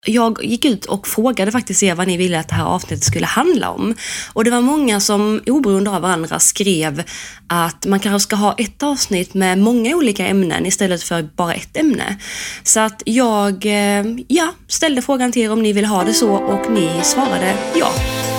Jag gick ut och frågade faktiskt vad ni ville att det här avsnittet skulle handla om. Och det var många som oberoende av varandra skrev att man kanske ska ha ett avsnitt med många olika ämnen istället för bara ett ämne. Så att jag ställde frågan till er om ni vill ha det så och ni svarade ja.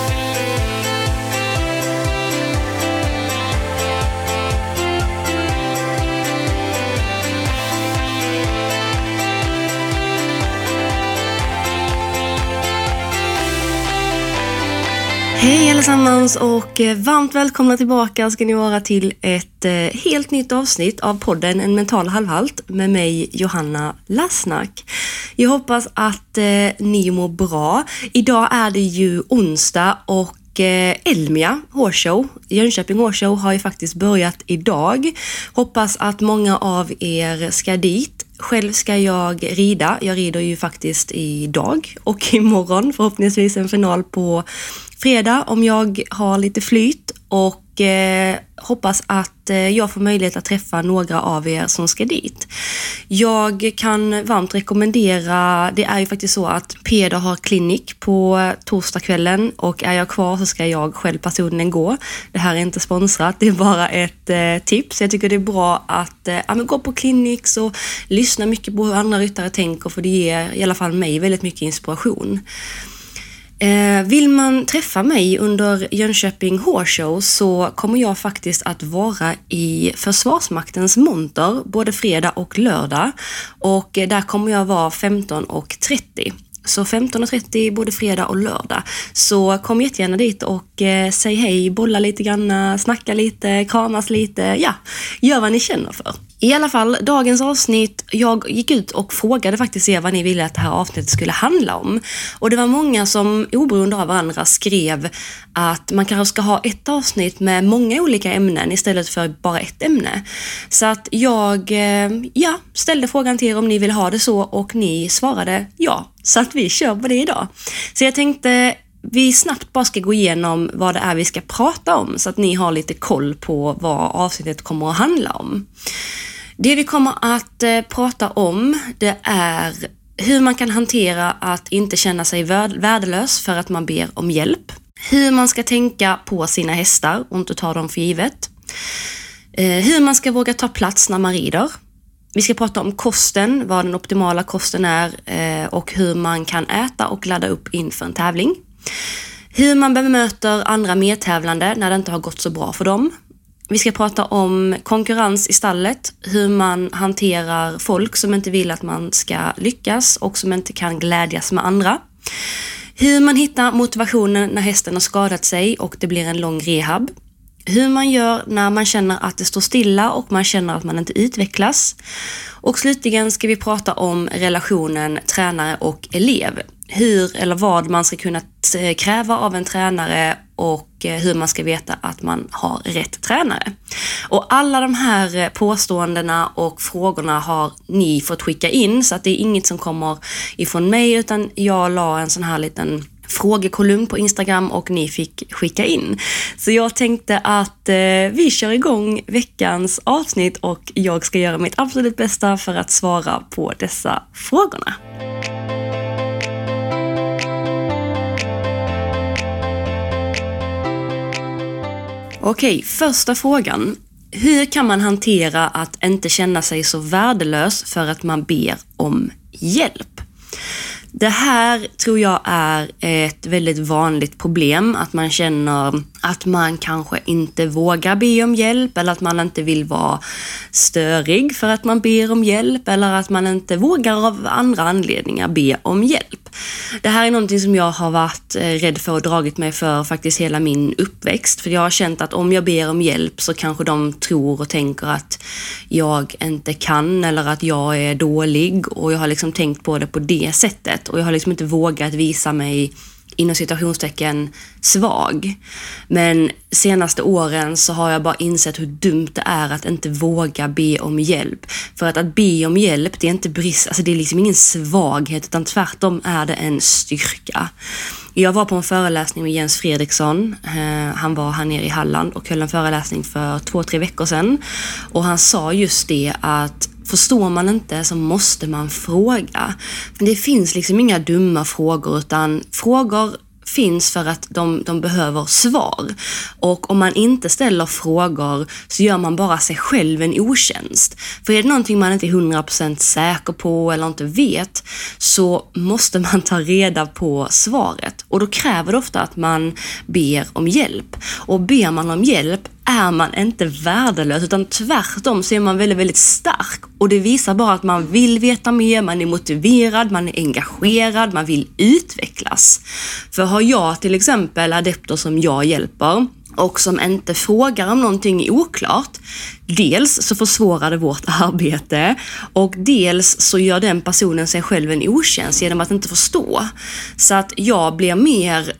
Hej allesammans och varmt välkomna tillbaka ska ni vara till ett helt nytt avsnitt av podden En mental halvhalt med mig Johanna Lassnack. Jag hoppas att ni mår bra. Idag är det ju onsdag och Elmia Hårshow, Jönköping Hårshow har ju faktiskt börjat idag. Hoppas att många av er ska dit. Själv ska jag rida. Jag rider ju faktiskt idag och imorgon. Förhoppningsvis en final på fredag om jag har lite flyt. Och hoppas att jag får möjlighet att träffa några av er som ska dit. Jag kan varmt rekommendera, det är ju faktiskt så att Peder har klinik på torsdagskvällen och är jag kvar så ska jag själv personligen gå. Det här är inte sponsrat, det är bara ett tips. Jag tycker det är bra att gå på klinik och lyssna mycket på hur andra ryttare tänker, för det ger i alla fall mig väldigt mycket inspiration. Vill man träffa mig under Jönköping Hårshow så kommer jag faktiskt att vara i Försvarsmaktens monter både fredag och lördag, och där kommer jag vara 15:30. Så 15:30 både fredag och lördag. Så kom jättegärna dit och säg hej, bolla lite grann, snacka lite, kramas lite, gör vad ni känner för. I alla fall, dagens avsnitt, jag gick ut och frågade faktiskt vad ni ville att det här avsnittet skulle handla om. Och det var många som oberoende av varandra skrev att man kanske ska ha ett avsnitt med många olika ämnen istället för bara ett ämne. Så att jag ställde frågan till er om ni vill ha det så och ni svarade ja. Så att vi kör på det idag. Så jag tänkte vi snabbt bara ska gå igenom vad det är vi ska prata om så att ni har lite koll på vad avsnittet kommer att handla om. Det vi kommer att prata om, det är hur man kan hantera att inte känna sig värdelös för att man ber om hjälp. Hur man ska tänka på sina hästar och inte ta dem för givet. Hur man ska våga ta plats när man rider. Vi ska prata om kosten, vad den optimala kosten är och hur man kan äta och ladda upp inför en tävling. Hur man bemöter andra medtävlande när det inte har gått så bra för dem. Vi ska prata om konkurrens i stallet, hur man hanterar folk som inte vill att man ska lyckas och som inte kan glädjas med andra. Hur man hittar motivationen när hästen har skadat sig och det blir en lång rehab. Hur man gör när man känner att det står stilla och man känner att man inte utvecklas. Och slutligen ska vi prata om relationen tränare och elev. Hur eller vad man ska kunna kräva av en tränare och hur man ska veta att man har rätt tränare. Och alla de här påståendena och frågorna har ni fått skicka in, så att det är inget som kommer ifrån mig, utan jag la en sån här liten frågekolumn på Instagram och ni fick skicka in. Så jag tänkte att vi kör igång veckans avsnitt och jag ska göra mitt absolut bästa för att svara på dessa frågorna. Okej, första frågan. Hur kan man hantera att inte känna sig så värdelös för att man ber om hjälp? Det här tror jag är ett väldigt vanligt problem, att man känner att man kanske inte vågar be om hjälp, eller att man inte vill vara störig för att man ber om hjälp, eller att man inte vågar av andra anledningar be om hjälp. Det här är någonting som jag har varit rädd för och dragit mig för faktiskt hela min uppväxt, för jag har känt att om jag ber om hjälp så kanske de tror och tänker att jag inte kan eller att jag är dålig, och jag har liksom tänkt på det på det sättet, och jag har liksom inte vågat visa mig inom citationstecken svag. Men senaste åren så har jag bara insett hur dumt det är att inte våga be om hjälp. För att be om hjälp, det är inte brist, alltså det är liksom ingen svaghet, utan tvärtom är det en styrka. Jag var på en föreläsning med Jens Fredriksson. Han var här nere i Halland och höll en föreläsning för 2-3 veckor sedan. Och han sa just det, att förstår man inte så måste man fråga. Det finns liksom inga dumma frågor, utan frågor finns för att de behöver svar. Och om man inte ställer frågor så gör man bara sig själv en otjänst. För är det någonting man inte är 100% säker på eller inte vet, så måste man ta reda på svaret. Och då kräver det ofta att man ber om hjälp. Och ber man om hjälp är man inte värdelös, utan tvärtom så är man väldigt, väldigt stark. Och det visar bara att man vill veta mer, man är motiverad, man är engagerad, man vill utvecklas. För har jag till exempel adepter som jag hjälper och som inte frågar om någonting är oklart, dels så försvårar det vårt arbete och dels så gör den personen sig själv en otjänst genom att inte förstå. Så att jag blir mer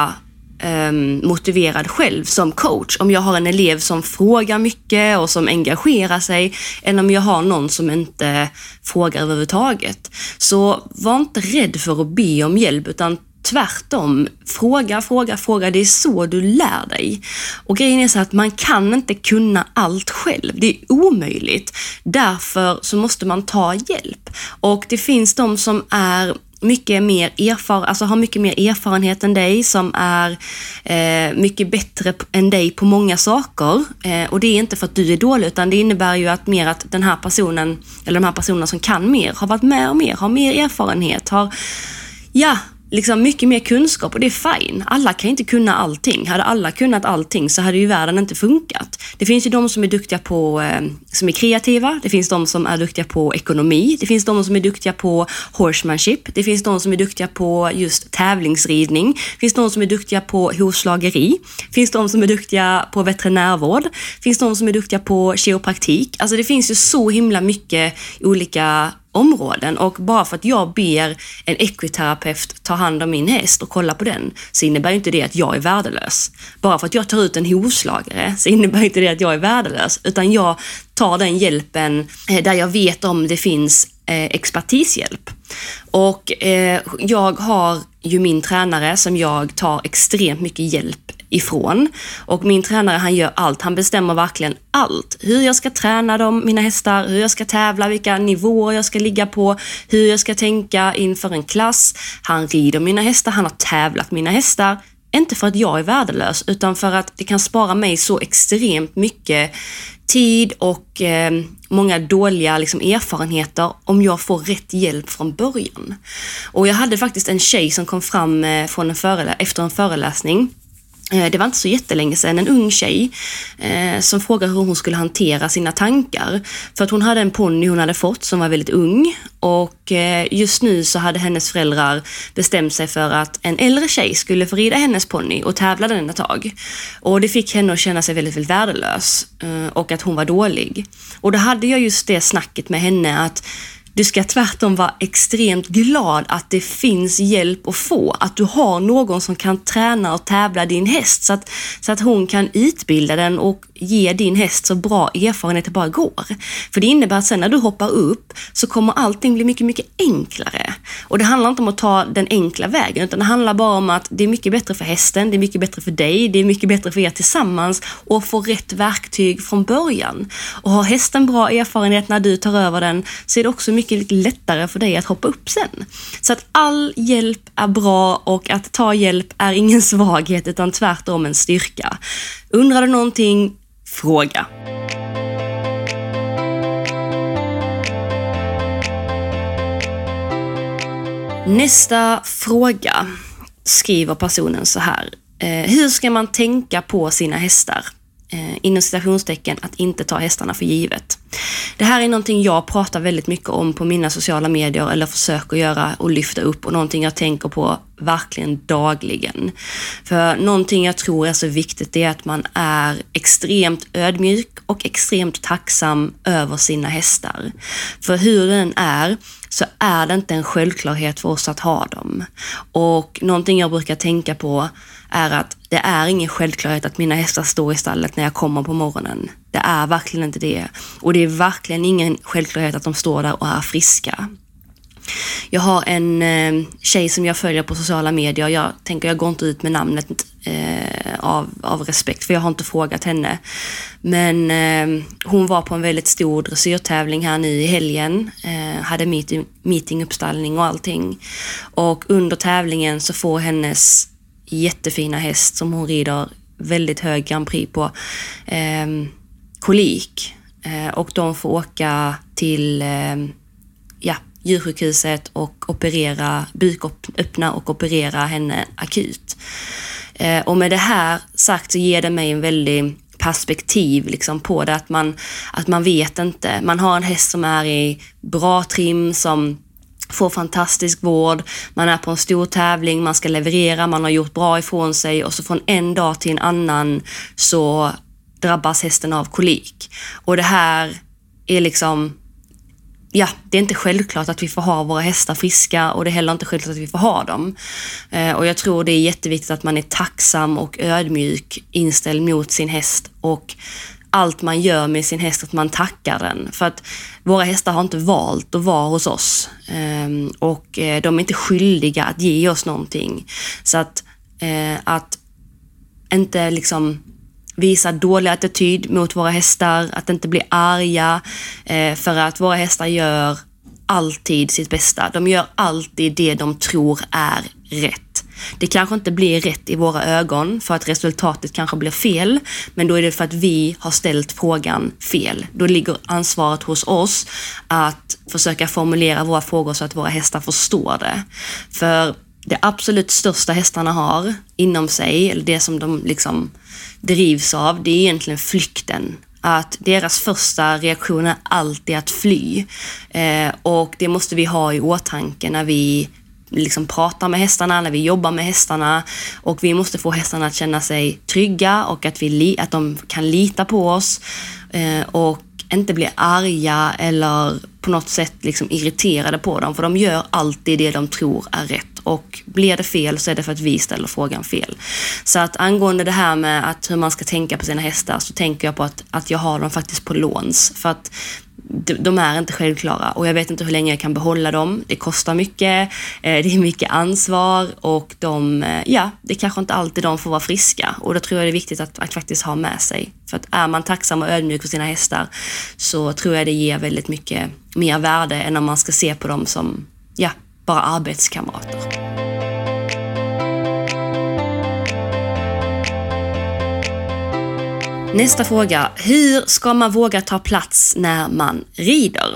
motiverad själv som coach om jag har en elev som frågar mycket och som engagerar sig, än om jag har någon som inte frågar överhuvudtaget. Så var inte rädd för att be om hjälp, utan tvärtom, fråga. Det är så du lär dig. Och grejen är så att man kan inte kunna allt själv. Det är omöjligt. Därför så måste man ta hjälp. Och det finns de som är mycket mer har mycket mer erfarenhet än dig, som är mycket bättre än dig på många saker. Och det är inte för att du är dålig, utan det innebär ju att den här personen, eller de här personerna som kan mer, har varit med och mer, har mer erfarenhet, har liksom mycket mer kunskap, och det är fine. Alla kan inte kunna allting. Hade alla kunnat allting så hade ju världen inte funkat. Det finns ju de som är duktiga på, som är kreativa. Det finns de som är duktiga på ekonomi. Det finns de som är duktiga på horsemanship. Det finns de som är duktiga på just tävlingsridning. Det finns de som är duktiga på hovslageri. Det finns de som är duktiga på veterinärvård. Det finns de som är duktiga på kiropraktik. Alltså det finns ju så himla mycket olika områden, och bara för att jag ber en ekviterapeut ta hand om min häst och kolla på den, så innebär inte det att jag är värdelös. Bara för att jag tar ut en hovslagare så innebär inte det att jag är värdelös, utan jag tar den hjälpen där jag vet om det finns expertishjälp. Och jag har ju min tränare som jag tar extremt mycket hjälp ifrån, och min tränare, han gör allt, han bestämmer verkligen allt, hur jag ska träna mina hästar, hur jag ska tävla, vilka nivåer jag ska ligga på, hur jag ska tänka inför en klass. Han rider mina hästar, han har tävlat mina hästar, inte för att jag är värdelös, utan för att det kan spara mig så extremt mycket tid och många dåliga erfarenheter om jag får rätt hjälp från början. Och jag hade faktiskt en tjej som kom fram från efter en föreläsning. Det var inte så jättelänge sedan, en ung tjej som frågade hur hon skulle hantera sina tankar. För att hon hade en ponny hon hade fått som var väldigt ung, och just nu så hade hennes föräldrar bestämt sig för att en äldre tjej skulle få rida hennes ponny och tävla den ett tag. Och det fick henne att känna sig väldigt, väldigt värdelös och att hon var dålig. Och då hade jag just det snacket med henne att du ska tvärtom vara extremt glad att det finns hjälp att få. Att du har någon som kan träna och tävla din häst så att hon kan utbilda den och ge din häst så bra erfarenhet det bara går. För det innebär att sen när du hoppar upp så kommer allting bli mycket, mycket enklare. Och det handlar inte om att ta den enkla vägen, utan det handlar bara om att det är mycket bättre för hästen, det är mycket bättre för dig, det är mycket bättre för er tillsammans och få rätt verktyg från början. Och har hästen bra erfarenhet när du tar över den, så är det också mycket lättare för dig att hoppa upp sen. Så att all hjälp är bra, och att ta hjälp är ingen svaghet utan tvärtom en styrka. Undrar du någonting? Fråga. Nästa fråga skriver personen så här. Hur ska man tänka på sina hästar? Inom citationstecken, att inte ta hästarna för givet. Det här är någonting jag pratar väldigt mycket om på mina sociala medier, eller försöker göra och lyfta upp, och någonting jag tänker på verkligen dagligen. För någonting jag tror är så viktigt är att man är extremt ödmjuk och extremt tacksam över sina hästar. För hur den är så är det inte en självklarhet för oss att ha dem. Och någonting jag brukar tänka på är att det är ingen självklarhet att mina hästar står i stallet när jag kommer på morgonen. Det är verkligen inte det. Och det är verkligen ingen självklarhet att de står där och är friska. Jag har en tjej som jag följer på sociala medier. Jag går inte ut med namnet av respekt, för jag har inte frågat henne. Men hon var på en väldigt stor dressyrtävling här nu i helgen. Hade meetinguppställning och allting. Och under tävlingen så får hennes jättefina häst som hon rider väldigt hög Grand Prix på kolik. Och de får åka till djursjukhuset och buköppna och operera henne akut. Och med det här sagt så ger det mig en väldig perspektiv liksom på det, att man vet inte. Man har en häst som är i bra trim, som får fantastisk vård, man är på en stor tävling, man ska leverera, man har gjort bra ifrån sig, och så från en dag till en annan så drabbas hästen av kolik. Och det här är liksom, det är inte självklart att vi får ha våra hästar friska, och det är heller inte självklart att vi får ha dem. Och jag tror det är jätteviktigt att man är tacksam och ödmjuk inställd mot sin häst, och allt man gör med sin häst, att man tackar den. För att våra hästar har inte valt att vara hos oss. Och de är inte skyldiga att ge oss någonting. Så att inte liksom visa dålig attityd mot våra hästar, att inte bli arga, för att våra hästar gör alltid sitt bästa. De gör alltid det de tror är rätt. Det kanske inte blir rätt i våra ögon, för att resultatet kanske blir fel, men då är det för att vi har ställt frågan fel. Då ligger ansvaret hos oss att försöka formulera våra frågor så att våra hästar förstår det. För det absolut största hästarna har inom sig, eller det som de liksom drivs av, det är egentligen flykten. Att deras första reaktion är alltid att fly. Och det måste vi ha i åtanke när vi liksom pratar med hästarna, när vi jobbar med hästarna. Och vi måste få hästarna att känna sig trygga, och att de kan lita på oss. Och inte bli arga eller på något sätt liksom irriterade på dem. För de gör alltid det de tror är rätt. Och blir det fel så är det för att vi ställer frågan fel. Så att angående det här med hur man ska tänka på sina hästar, så tänker jag på att jag har dem faktiskt på låns. För att de är inte självklara, och jag vet inte hur länge jag kan behålla dem. Det kostar mycket, det är mycket ansvar, och det kanske inte alltid de får vara friska. Och då tror jag det är viktigt att faktiskt ha med sig. För att är man tacksam och ödmjuk för sina hästar, så tror jag det ger väldigt mycket mer värde än om man ska se på dem som bara arbetskamrater. Nästa fråga. Hur ska man våga ta plats när man rider?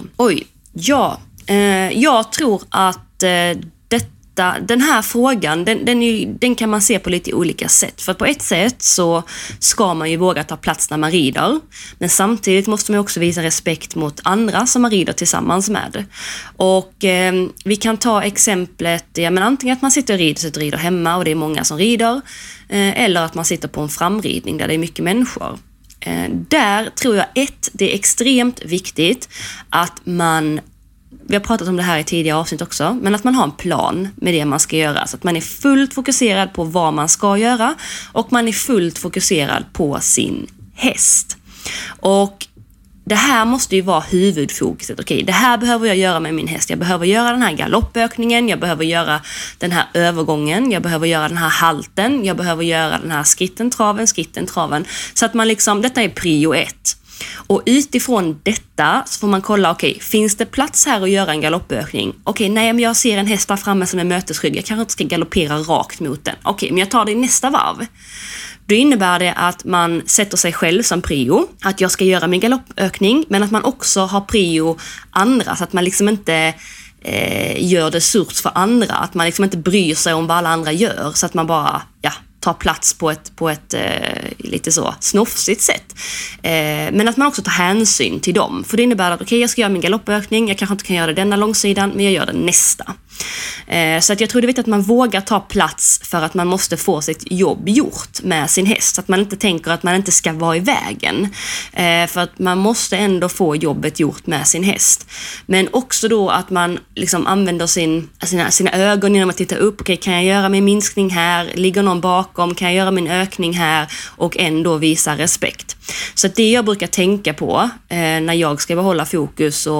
Jag tror att den här frågan, den kan man se på lite olika sätt. För på ett sätt så ska man ju våga ta plats när man rider. Men samtidigt måste man också visa respekt mot andra som man rider tillsammans med. Och vi kan ta exemplet, antingen att man sitter och rider hemma och det är många som rider. Eller att man sitter på en framridning där det är mycket människor. Där tror jag det är extremt viktigt att vi har pratat om det här i tidigare avsnitt också, men att man har en plan med det man ska göra. Så att man är fullt fokuserad på vad man ska göra, och man är fullt fokuserad på sin häst. Och det här måste ju vara huvudfokuset. Okej, det här behöver jag göra med min häst. Jag behöver göra den här galoppökningen, jag behöver göra den här övergången, jag behöver göra den här halten, jag behöver göra den här skitten-traven. Så att man detta är prio 1. Och utifrån detta så får man kolla, finns det plats här att göra en galoppökning? Men jag ser en häst där framme som är mötesskygg. Jag kanske inte ska galoppera rakt mot den. Men jag tar det i nästa varv. Då innebär det att man sätter sig själv som prio, att jag ska göra min galoppökning, men att man också har prio andra, så att man inte gör det surt för andra, att man inte bryr sig om vad alla andra gör, så att man bara ta plats på ett lite så snofsigt sätt. Men att man också tar hänsyn till dem. För det innebär att jag ska göra min galoppökning, jag kanske inte kan göra det denna långsidan, men jag gör det nästa. Så att jag tror det är viktigt att man vågar ta plats, för att man måste få sitt jobb gjort med sin häst. Så att man inte tänker att man inte ska vara i vägen. För att man måste ändå få jobbet gjort med sin häst. Men också då att man använder sina ögon genom att titta upp. Kan jag göra min minskning här? Ligger någon bakom? Kan jag göra min ökning här? Och ändå visa respekt. Så att det jag brukar tänka på när jag ska behålla fokus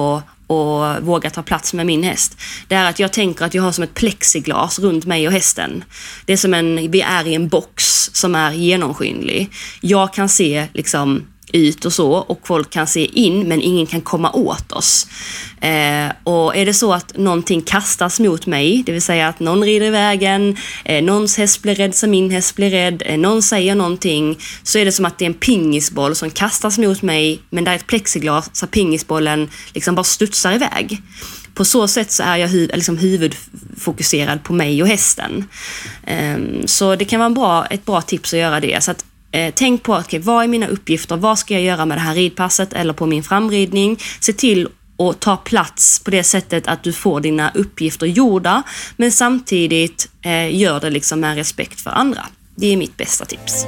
och våga ta plats med min häst, det är att jag tänker att jag har som ett plexiglas runt mig och hästen. Det är som vi är i en box som är genomskinlig. Jag kan se liksom ut och så, och folk kan se in, men ingen kan komma åt oss. Och är det så att någonting kastas mot mig, det vill säga att någon rider i vägen, någons häst blir rädd så min häst blir rädd, någon säger någonting, så är det som att det är en pingisboll som kastas mot mig, men där är ett plexiglas så pingisbollen liksom bara studsar iväg. På så sätt så är jag liksom huvudfokuserad på mig och hästen. Så det kan vara ett bra tips att göra det. Så att tänk på att vad är mina uppgifter, vad ska jag göra med det här ridpasset eller på min framridning. Se till att ta plats på det sättet att du får dina uppgifter gjorda, men samtidigt gör det liksom med respekt för andra. Det är mitt bästa tips.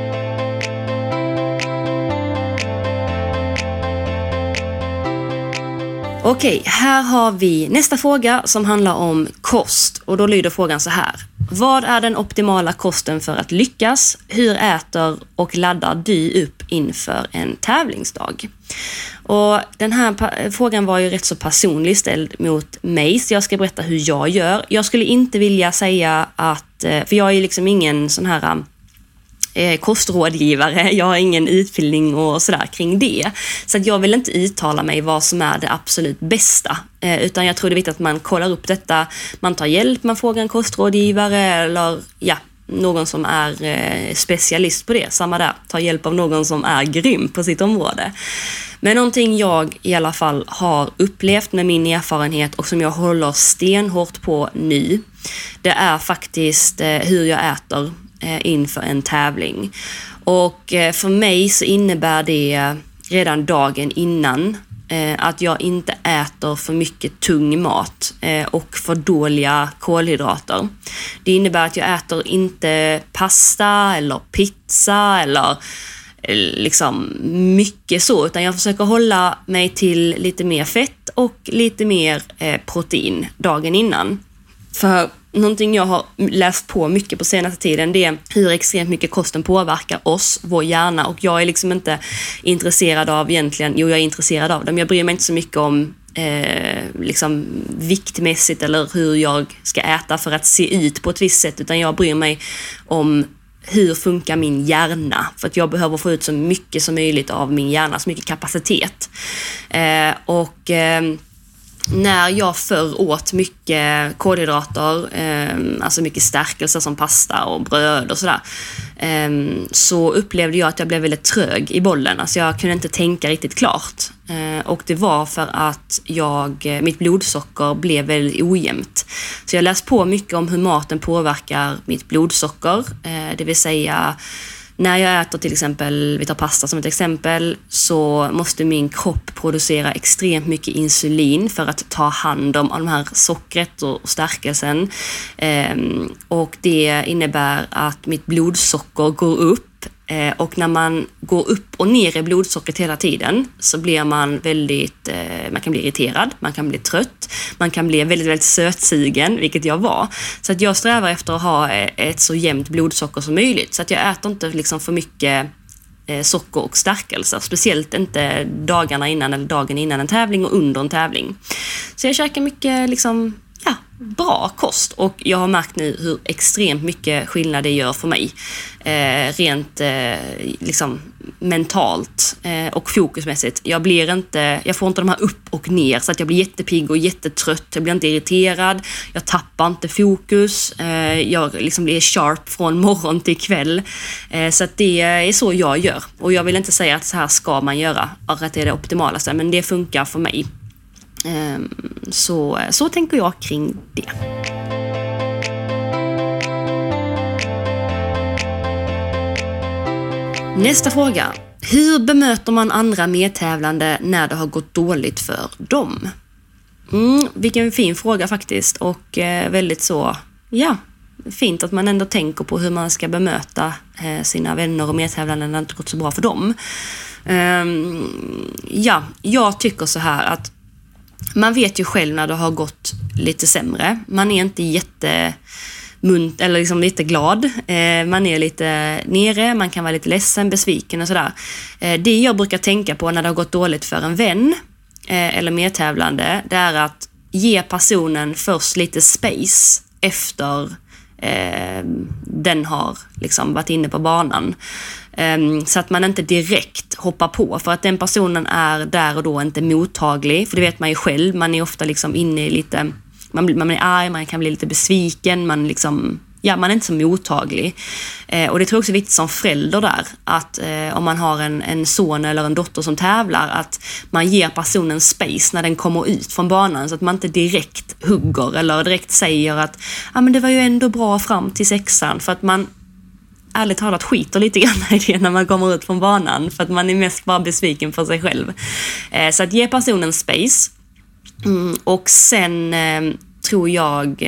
Okej, här har vi nästa fråga som handlar om kost, och då lyder frågan så här: vad är den optimala kosten för att lyckas? Hur äter och laddar du upp inför en tävlingsdag? Och den här frågan var ju rätt så personlig ställd mot mig, så jag ska berätta hur jag gör. Jag skulle inte vilja säga att, för jag är liksom ingen sån här kostrådgivare, jag har ingen utbildning och sådär kring det. Så att jag vill inte uttala mig vad som är det absolut bästa, utan jag tror det är viktigt att man kollar upp detta, man tar hjälp, man frågar en kostrådgivare eller någon som är specialist på det, samma där, ta hjälp av någon som är grym på sitt område. Men någonting jag i alla fall har upplevt med min erfarenhet och som jag håller stenhårt på nu, det är faktiskt hur jag äter inför en tävling. Och för mig så innebär det redan dagen innan att jag inte äter för mycket tung mat och för dåliga kolhydrater. Det innebär att jag äter inte pasta eller pizza eller liksom mycket så, utan jag försöker hålla mig till lite mer fett och lite mer protein dagen innan. För någonting jag har läst på mycket på senaste tiden, det är hur extremt mycket kosten påverkar oss, vår hjärna, och jag är liksom inte intresserad av egentligen, jag är intresserad av dem, jag bryr mig inte så mycket om liksom viktmässigt eller hur jag ska äta för att se ut på ett visst sätt, utan jag bryr mig om hur funkar min hjärna, för att jag behöver få ut så mycket som möjligt av min hjärna, så mycket kapacitet. När jag förr åt mycket kolhydrater, alltså mycket stärkelse som pasta och bröd och sådär, så upplevde jag att jag blev väldigt trög i bollen. Alltså jag kunde inte tänka riktigt klart. Och det var för att mitt blodsocker blev väldigt ojämnt. Så jag läste på mycket om hur maten påverkar mitt blodsocker. Det vill säga, när jag äter till exempel, vi tar pasta som ett exempel, så måste min kropp producera extremt mycket insulin för att ta hand om de här sockret och stärkelsen. Och det innebär att mitt blodsocker går upp. Och när man går upp och ner i blodsockret hela tiden så blir man man kan bli irriterad, man kan bli trött, man kan bli väldigt, väldigt sötsugen, vilket jag var. Så att jag strävar efter att ha ett så jämnt blodsocker som möjligt. Så att jag äter inte liksom för mycket socker och stärkelser, speciellt inte dagarna innan eller dagen innan en tävling och under en tävling. Så jag käkar mycket liksom, bra kost, och jag har märkt nu hur extremt mycket skillnad det gör för mig rent liksom mentalt och fokusmässigt. Jag får inte de här upp och ner, så att jag blir jättepigg och jättetrött, jag blir inte irriterad, jag tappar inte fokus, jag liksom blir sharp från morgon till kväll, så att det är så jag gör, och jag vill inte säga att så här ska man göra, att det är det optimalaste, men det funkar för mig. Så tänker jag kring det. Nästa fråga. Hur bemöter man andra medtävlande när det har gått dåligt för dem? Vilken fin fråga faktiskt, och väldigt så, fint att man ändå tänker på hur man ska bemöta sina vänner och medtävlande när det inte gått så bra för dem. Jag tycker så här att man vet ju själv när det har gått lite sämre. Man är inte eller liksom lite glad. Man är lite nere, man kan vara lite ledsen, besviken och sådär. Det jag brukar tänka på när det har gått dåligt för en vän, eller medtävlande, det är att ge personen först lite space efter den har liksom varit inne på banan. Så att man inte direkt hoppar på, för att den personen är där och då inte mottaglig, för det vet man ju själv, man är ofta liksom inne i lite, man är arg, man kan bli lite besviken, man är inte så mottaglig. Och det tror jag också är viktigt som förälder där, att om man har en son eller en dotter som tävlar, att man ger personen space när den kommer ut från banan, så att man inte direkt hugger eller direkt säger att men det var ju ändå bra fram till 6:an, för att man ärligt talat skiter lite grann i det när man kommer ut från banan, för att man är mest bara besviken för sig själv. Så att ge personen space. Och sen tror jag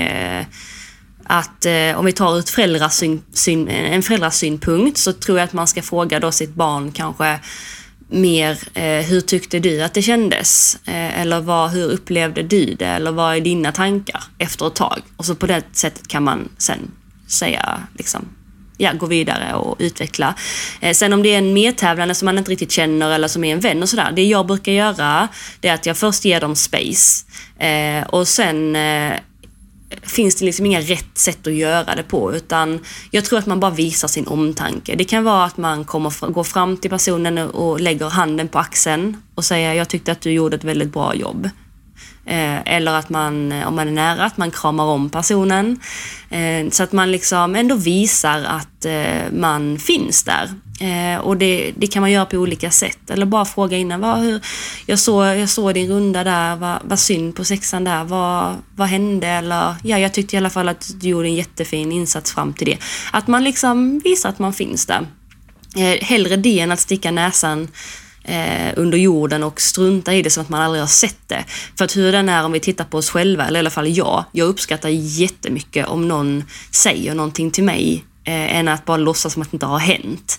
att om vi tar ut en föräldrasynpunkt, så tror jag att man ska fråga då sitt barn kanske mer, hur tyckte du att det kändes? Eller hur upplevde du det? Eller vad är dina tankar efter ett tag? Och så på det sättet kan man sen säga liksom, gå vidare och utveckla. Sen om det är en medtävlande som man inte riktigt känner eller som är en vän och sådär, det jag brukar göra, det är att jag först ger dem space och sen finns det liksom inga rätt sätt att göra det på, utan jag tror att man bara visar sin omtanke. Det kan vara att man går fram till personen och lägger handen på axeln och säger, jag tyckte att du gjorde ett väldigt bra jobb. Eller att man, om man är nära, att man kramar om personen, så att man liksom ändå visar att man finns där. Och det kan man göra på olika sätt, eller bara fråga innan, jag såg din runda där, vad synd på 6:an där, vad hände, eller jag tyckte i alla fall att du gjorde en jättefin insats fram till det. Att man liksom visar att man finns där. Hellre det än att sticka näsan under jorden och strunta i det som att man aldrig har sett det. För att hur den är, om vi tittar på oss själva, eller i alla fall jag uppskattar jättemycket om någon säger någonting till mig än att bara låtsas som att det inte har hänt.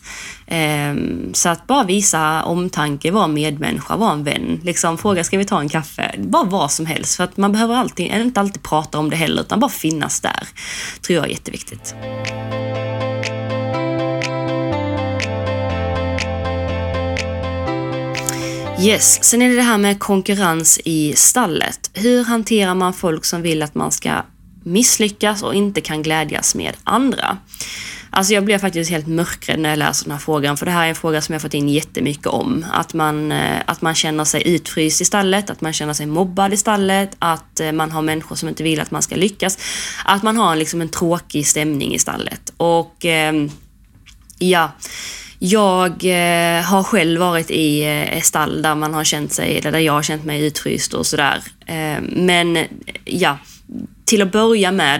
Så att bara visa omtanke, vara medmänniska, vara en vän, liksom fråga, ska vi ta en kaffe? Bara vad som helst, för att man behöver inte alltid prata om det heller, utan bara finnas där, tror jag är jätteviktigt. Yes, sen är det här med konkurrens i stallet. Hur hanterar man folk som vill att man ska misslyckas och inte kan glädjas med andra? Alltså jag blir faktiskt helt mörkrädd när jag läser den här frågan, för det här är en fråga som jag fått in jättemycket om. Att man känner sig utfryst i stallet, att man känner sig mobbad i stallet, att man har människor som inte vill att man ska lyckas, att man har liksom en tråkig stämning i stallet. Och jag har själv varit i ett stall där man har känt sig, där jag har känt mig utfryst och sådär. Men till att börja med,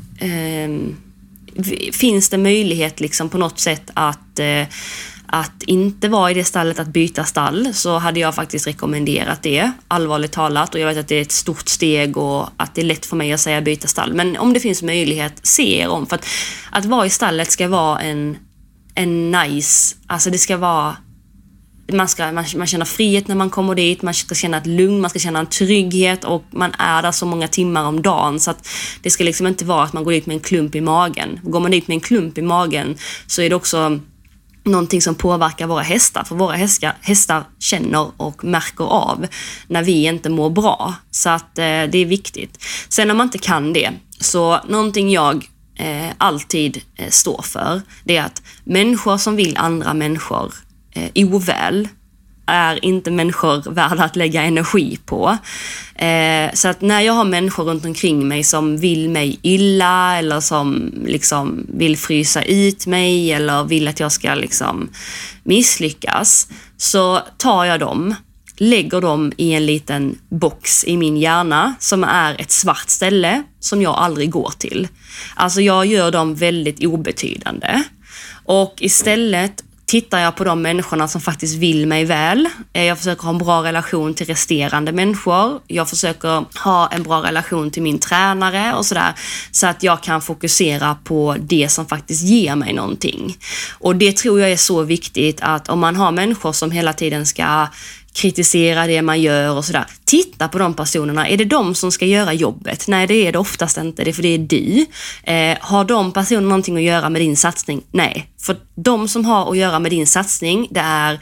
finns det möjlighet liksom på något sätt att inte vara i det stallet, att byta stall, så hade jag faktiskt rekommenderat det, allvarligt talat. Och jag vet att det är ett stort steg och att det är lätt för mig att säga byta stall. Men om det finns möjlighet, se er om. För att vara i stallet ska vara en nice, alltså det ska vara, man känner frihet när man kommer dit, man ska känna ett lugn, man ska känna en trygghet, och man är där så många timmar om dagen, så att det ska liksom inte vara att man går dit med en klump i magen. Går man dit med en klump i magen, så är det också någonting som påverkar våra hästar, för våra hästar känner och märker av när vi inte mår bra, så att det är viktigt. Sen om man inte kan det, så någonting jag alltid står för, det är att människor som vill andra människor oväl är inte människor värda att lägga energi på. Så att när jag har människor runt omkring mig som vill mig illa, eller som liksom vill frysa ut mig, eller vill att jag ska liksom misslyckas, så tar jag dem, lägger dem i en liten box i min hjärna som är ett svart ställe som jag aldrig går till. Alltså jag gör dem väldigt obetydande, och istället tittar jag på de människorna som faktiskt vill mig väl. Jag försöker ha en bra relation till resterande människor. Jag försöker ha en bra relation till min tränare och sådär, så att jag kan fokusera på det som faktiskt ger mig någonting. Och det tror jag är så viktigt, att om man har människor som hela tiden ska kritisera det man gör och sådär, titta på de personerna. Är det de som ska göra jobbet? Nej, det är det oftast inte. Det är för det är du. Har de personerna någonting att göra med din satsning? Nej. För de som har att göra med din satsning, det är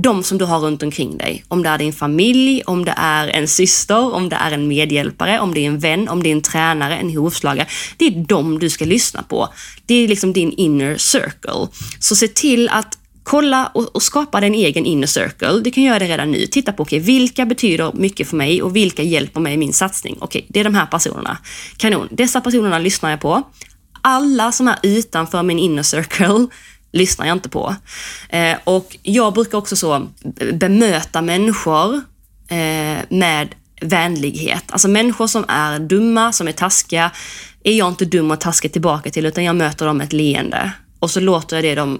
de som du har runt omkring dig. Om det är din familj, om det är en syster, om det är en medhjälpare, om det är en vän, om det är en tränare, en hovslagare. Det är de du ska lyssna på. Det är liksom din inner circle. Så se till att kolla och skapa din egen inner circle. Du kan göra det redan nu. Titta på vilka betyder mycket för mig och vilka hjälper mig i min satsning. Det är de här personerna. Kanon. Dessa personerna lyssnar jag på. Alla som är utanför min inner circle lyssnar jag inte på. Och jag brukar också så bemöta människor med vänlighet. Alltså människor som är dumma, som är taskiga, är jag inte dum och taskig tillbaka till, utan jag möter dem med ett leende. Och så låter jag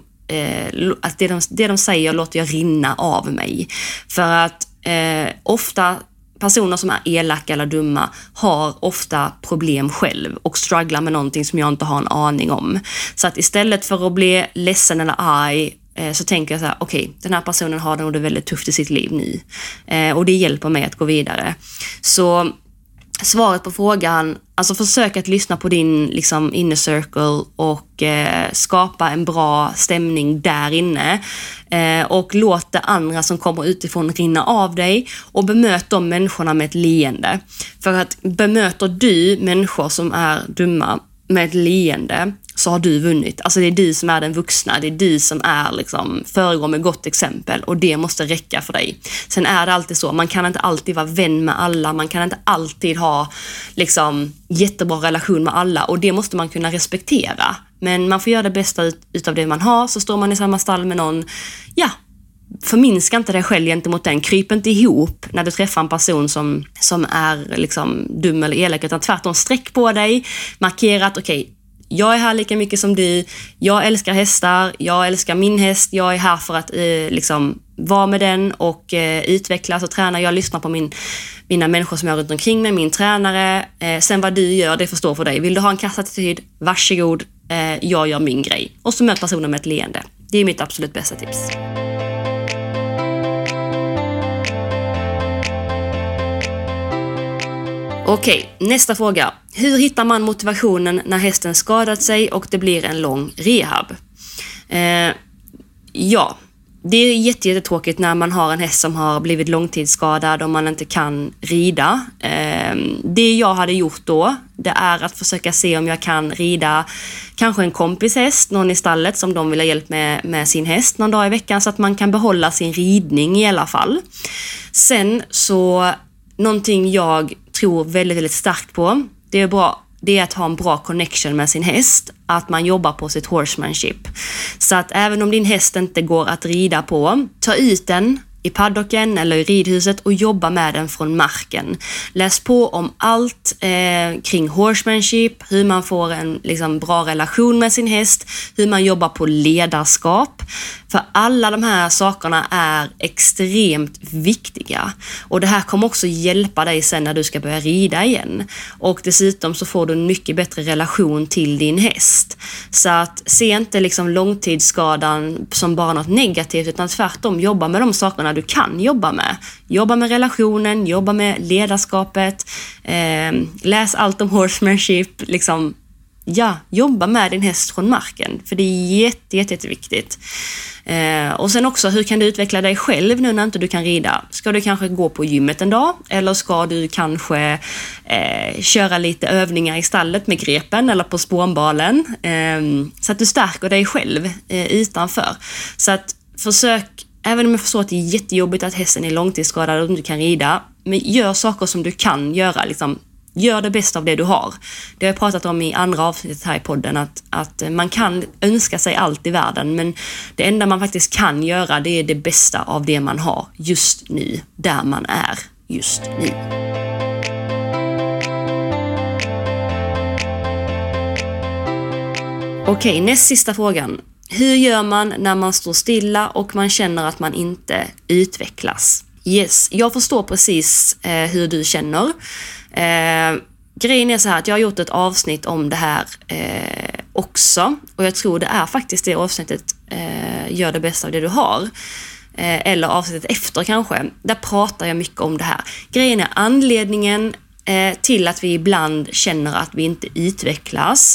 det de säger låter jag rinna av mig. För att ofta personer som är elaka eller dumma har ofta problem själv och strugglar med någonting som jag inte har en aning om. Så att istället för att bli ledsen eller arg så tänker jag så här, den här personen har det nog väldigt tufft i sitt liv nu. Och det hjälper mig att gå vidare. Så svaret på frågan, alltså försök att lyssna på din liksom inner circle och skapa en bra stämning där inne. Och låt det andra som kommer utifrån rinna av dig och bemöt de människorna med ett leende. För att bemöter du människor som är dumma med ett leende, så har du vunnit. Alltså det är du som är den vuxna, det är du som är liksom föregår med gott exempel, och det måste räcka för dig. Sen är det alltid så, man kan inte alltid vara vän med alla, man kan inte alltid ha liksom jättebra relation med alla, och det måste man kunna respektera. Men man får göra det bästa utav det man har. Så står man i samma stall med någon, förminska inte dig själv gentemot den. Kryp inte ihop när du träffar en person som är liksom dum eller elak, utan tvärtom sträck på dig, markera att jag är här lika mycket som du, jag älskar hästar, jag älskar min häst, jag är här för att liksom vara med den och utvecklas och träna. Jag lyssnar på mina människor som jag har runt omkring med, min tränare. Sen vad du gör, det förstår för dig. Vill du ha en kassattityd, varsågod, jag gör min grej. Och så möter personen med ett leende. Det är mitt absolut bästa tips. Nästa fråga. Hur hittar man motivationen när hästen skadat sig och det blir en lång rehab? Det är jättetråkigt när man har en häst som har blivit långtidsskadad och man inte kan rida. Det jag hade gjort då, det är att försöka se om jag kan rida kanske en kompis häst, någon i stallet som de vill ha hjälp med sin häst någon dag i veckan, så att man kan behålla sin ridning i alla fall. Sen så, någonting jag tror väldigt, väldigt starkt på, det är att ha en bra connection med sin häst, att man jobbar på sitt horsemanship. Så att även om din häst inte går att rida på, ta ut den i paddocken eller i ridhuset och jobba med den från marken. Läs på om allt kring horsemanship, hur man får en liksom bra relation med sin häst, hur man jobbar på ledarskap. För alla de här sakerna är extremt viktiga. Och det här kommer också hjälpa dig sen när du ska börja rida igen. Och dessutom så får du en mycket bättre relation till din häst. Så att se inte liksom långtidsskadan som bara något negativt, utan tvärtom jobba med de sakerna du kan jobba med. Jobba med relationen, jobba med ledarskapet, läs allt om horsemanship, liksom, jobba med din häst från marken, för det är jätteviktigt. Och sen också, hur kan du utveckla dig själv nu när inte du kan rida? Ska du kanske gå på gymmet en dag, eller ska du kanske köra lite övningar i stallet med grepen eller på spånbalen, så att du stärker dig själv utanför. Så att försök, även om jag förstår att det är jättejobbigt att hästen är långtidsskadad och inte kan rida, men gör saker som du kan göra, liksom. Gör det bästa av det du har. Det har jag pratat om i andra avsnitt här i podden, att man kan önska sig allt i världen, men det enda man faktiskt kan göra, det är det bästa av det man har just nu, där man är just nu. Näst sista frågan. Hur gör man när man står stilla och man känner att man inte utvecklas? Yes, jag förstår precis hur du känner. Grejen är så här att jag har gjort ett avsnitt om det här också, och jag tror det är faktiskt det avsnittet, gör det bästa av det du har, eller avsnittet efter kanske. Där pratar jag mycket om det här. Grejen är, anledningen till att vi ibland känner att vi inte utvecklas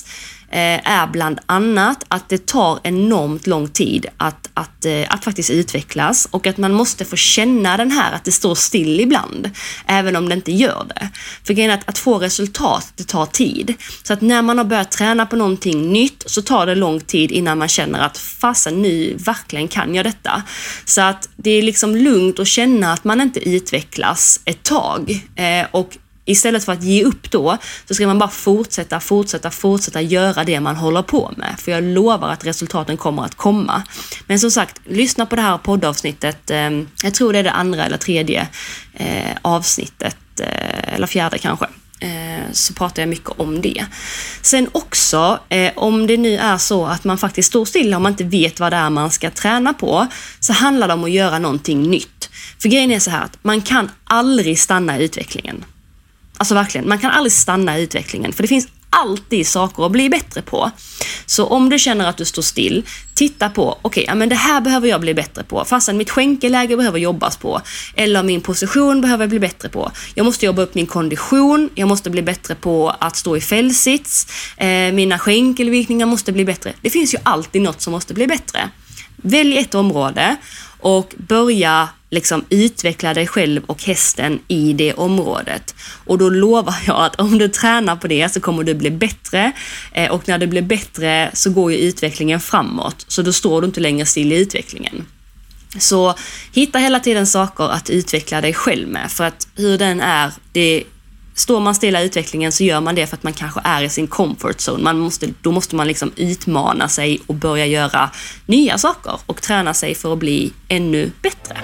är bland annat att det tar enormt lång tid att faktiskt utvecklas, och att man måste få känna den här att det står still ibland, även om det inte gör det. För grejen är att få resultat, det tar tid. Så att när man har börjat träna på någonting nytt så tar det lång tid innan man känner att fasen, nu verkligen kan jag detta. Så att det är liksom lugnt att känna att man inte utvecklas ett tag, och istället för att ge upp då, så ska man bara fortsätta göra det man håller på med. För jag lovar att resultaten kommer att komma. Men som sagt, lyssna på det här poddavsnittet. Jag tror det är det andra eller tredje avsnittet, eller fjärde kanske. Så pratar jag mycket om det. Sen också, om det nu är så att man faktiskt står stilla och man inte vet vad det är man ska träna på, så handlar det om att göra någonting nytt. För grejen är så här att man kan aldrig stanna i utvecklingen. Alltså verkligen, man kan aldrig stanna i utvecklingen, för det finns alltid saker att bli bättre på. Så om du känner att du står still, titta på, okej, men det här behöver jag bli bättre på. Fastän mitt skänkeläge behöver jobbas på. Eller min position behöver jag bli bättre på. Jag måste jobba upp min kondition. Jag måste bli bättre på att stå i fällsits. Mina skänkelvikningar måste bli bättre. Det finns ju alltid något som måste bli bättre. Välj ett område och börja liksom utveckla dig själv och hästen i det området. Och då lovar jag att om du tränar på det så kommer du bli bättre, och när du blir bättre så går ju utvecklingen framåt, så då står du inte längre still i utvecklingen. Så hitta hela tiden saker att utveckla dig själv med, för att hur den är, står man stilla i utvecklingen så gör man det för att man kanske är i sin comfort zone. Då måste man liksom utmana sig och börja göra nya saker och träna sig för att bli ännu bättre.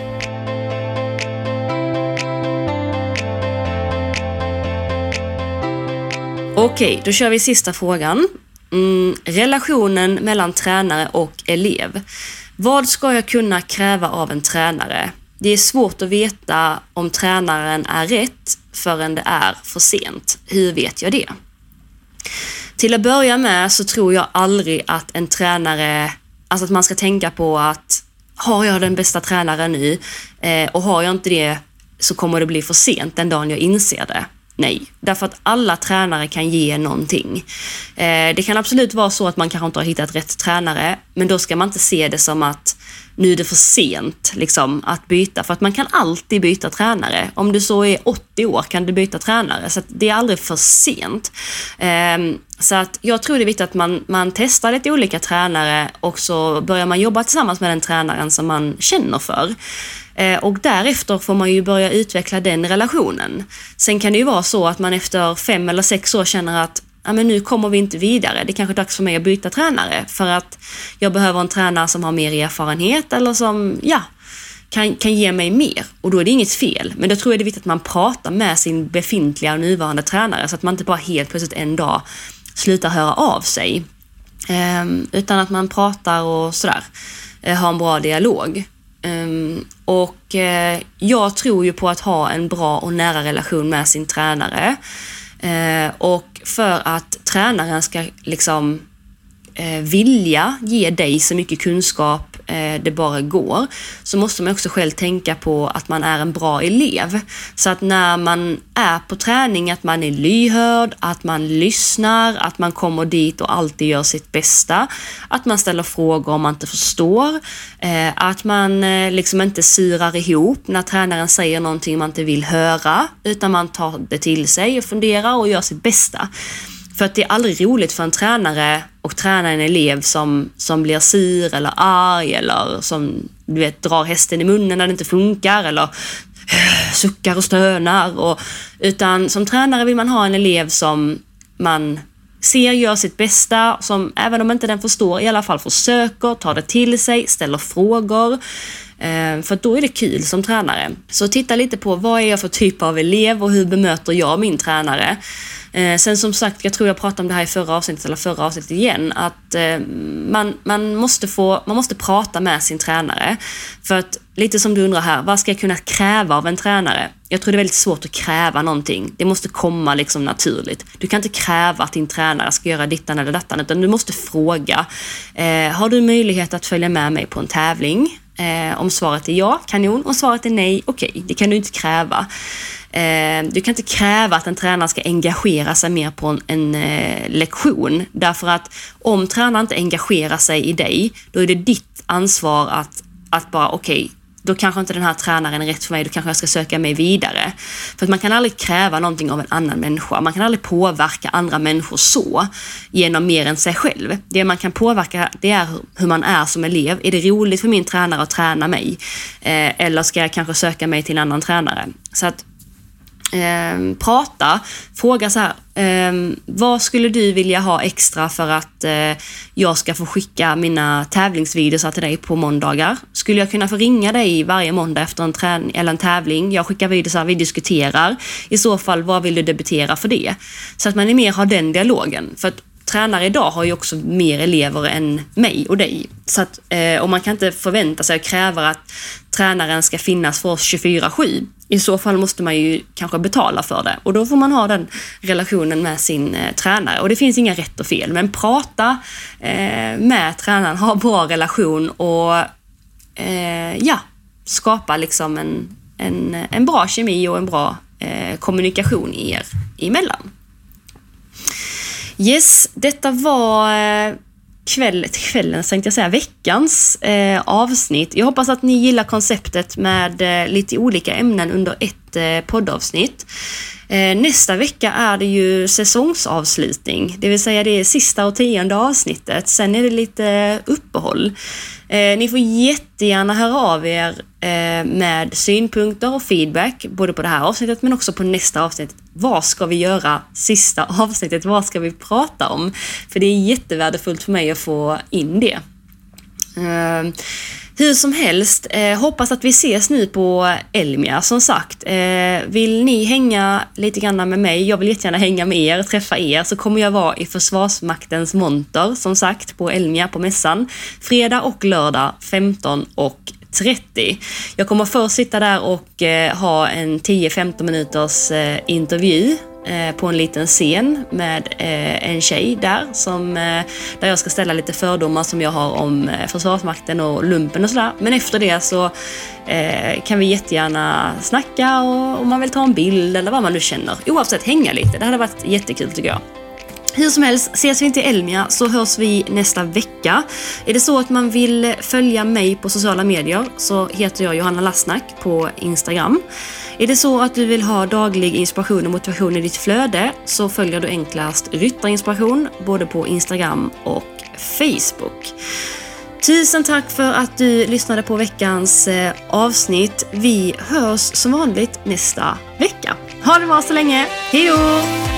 Okej, då kör vi sista frågan. Relationen mellan tränare och elev. Vad ska jag kunna kräva av en tränare? Det är svårt att veta om tränaren är rätt förrän det är för sent. Hur vet jag det? Till att börja med så tror jag aldrig att en tränare, alltså att man ska tänka på att har jag den bästa tränaren nu, och har jag inte det så kommer det bli för sent den dagen jag inser det. Nej, därför att alla tränare kan ge någonting. Det kan absolut vara så att man kanske inte har hittat rätt tränare, men då ska man inte se det som att nu är det för sent liksom, att byta. För att man kan alltid byta tränare. Om du så är 80 år kan du byta tränare. Så att det är aldrig för sent. Så att jag tror det är viktigt att man testar lite olika tränare, och så börjar man jobba tillsammans med den tränaren som man känner för. Och därefter får man ju börja utveckla den relationen. Sen kan det ju vara så att man efter 5 eller 6 år känner att men nu kommer vi inte vidare. Det är kanske dags för mig att byta tränare, för att jag behöver en tränare som har mer erfarenhet eller som kan ge mig mer. Och då är det inget fel. Men då tror jag det är viktigt att man pratar med sin befintliga och nuvarande tränare, så att man inte bara helt plötsligt en dag slutar höra av sig. Utan att man pratar och sådär. Har en bra dialog. Och jag tror ju på att ha en bra och nära relation med sin tränare. Och för att tränaren ska liksom vilja ge dig så mycket kunskap det bara går, så måste man också själv tänka på att man är en bra elev. Så att när man är på träning, att man är lyhörd, att man lyssnar, att man kommer dit och alltid gör sitt bästa, att man ställer frågor om man inte förstår, att man liksom inte syrar ihop när tränaren säger någonting man inte vill höra, utan man tar det till sig och funderar och gör sitt bästa. För att det är aldrig roligt för en tränare och träna en elev som blir sur eller arg, eller som drar hästen i munnen när det inte funkar, eller suckar och stönar. Utan som tränare vill man ha en elev som man ser gör sitt bästa, som även om inte den förstår i alla fall försöker, tar det till sig, ställer frågor. För då är det kul som tränare. Så titta lite på vad är jag för typ av elev och hur bemöter jag min tränare. Sen som sagt, jag tror jag pratade om det här i förra avsnittet igen, att man måste prata med sin tränare. För att lite som du undrar här, vad ska jag kunna kräva av en tränare? Jag tror det är väldigt svårt att kräva någonting. Det måste komma liksom naturligt. Du kan inte kräva att din tränare ska göra dittan eller dattan, utan du måste fråga. Har du möjlighet att följa med mig på en tävling? Om svaret är ja, kanon. Om svaret är nej, okej, det kan du inte kräva. Du kan inte kräva att en tränare ska engagera sig mer på en lektion. Därför att om tränaren inte engagerar sig i dig, då är det ditt ansvar att bara okej, då kanske inte den här tränaren är rätt för mig, då kanske jag ska söka mig vidare. För att man kan aldrig kräva någonting av en annan människa. Man kan aldrig påverka andra människor så genom mer än sig själv. Det man kan påverka, det är hur man är som elev. Är det roligt för min tränare att träna mig? Eller ska jag kanske söka mig till en annan tränare? Så att prata, fråga så här, vad skulle du vilja ha extra för att jag ska få skicka mina tävlingsvideos till dig på måndagar? Skulle jag kunna få ringa dig varje måndag efter en träning eller en tävling? Jag skickar videos, vi diskuterar. I så fall, vad vill du debitera för det? Så att man mer har den dialogen. För att tränare idag har ju också mer elever än mig och dig. Så att, och man kan inte förvänta sig och kräva att tränaren ska finnas för oss 24/7. I så fall måste man ju kanske betala för det. Och då får man ha den relationen med sin tränare. Och det finns inga rätt och fel. Men prata med tränaren, ha bra relation och skapa liksom en bra kemi och en bra kommunikation er emellan. Yes, detta var kvällens, tänkte jag säga, veckans avsnitt. Jag hoppas att ni gillar konceptet med lite olika ämnen under ett poddavsnitt. Nästa vecka är det ju säsongsavslutning, det vill säga det är sista och 10:e avsnittet. Sen är det lite uppehåll. Ni får jättegärna höra av er med synpunkter och feedback både på det här avsnittet men också på nästa avsnitt. Vad ska vi göra sista avsnittet? Vad ska vi prata om? För det är jättevärdefullt för mig att få in det. Hur som helst, hoppas att vi ses nu på Elmia. Som sagt, vill ni hänga lite grann med mig, jag vill jättegärna hänga med er, träffa er, så kommer jag vara i Försvarsmaktens monter, som sagt, på Elmia på mässan. Fredag och lördag 15:30. Jag kommer först sitta där och ha en 10-15 minuters intervju på en liten scen med en tjej där där jag ska ställa lite fördomar som jag har om Försvarsmakten och lumpen och sådär. Men efter det så kan vi jättegärna snacka och om man vill ta en bild eller vad man nu känner. Oavsett, hänga lite. Det hade varit jättekul tycker jag. Hur som helst, ses vi inte i Elmia så hörs vi nästa vecka. Är det så att man vill följa mig på sociala medier så heter jag Johanna Lassnack på Instagram. Är det så att du vill ha daglig inspiration och motivation i ditt flöde så följer du enklast Ryttarinspiration både på Instagram och Facebook. Tusen tack för att du lyssnade på veckans avsnitt. Vi hörs som vanligt nästa vecka. Ha det bra så länge. Hej då!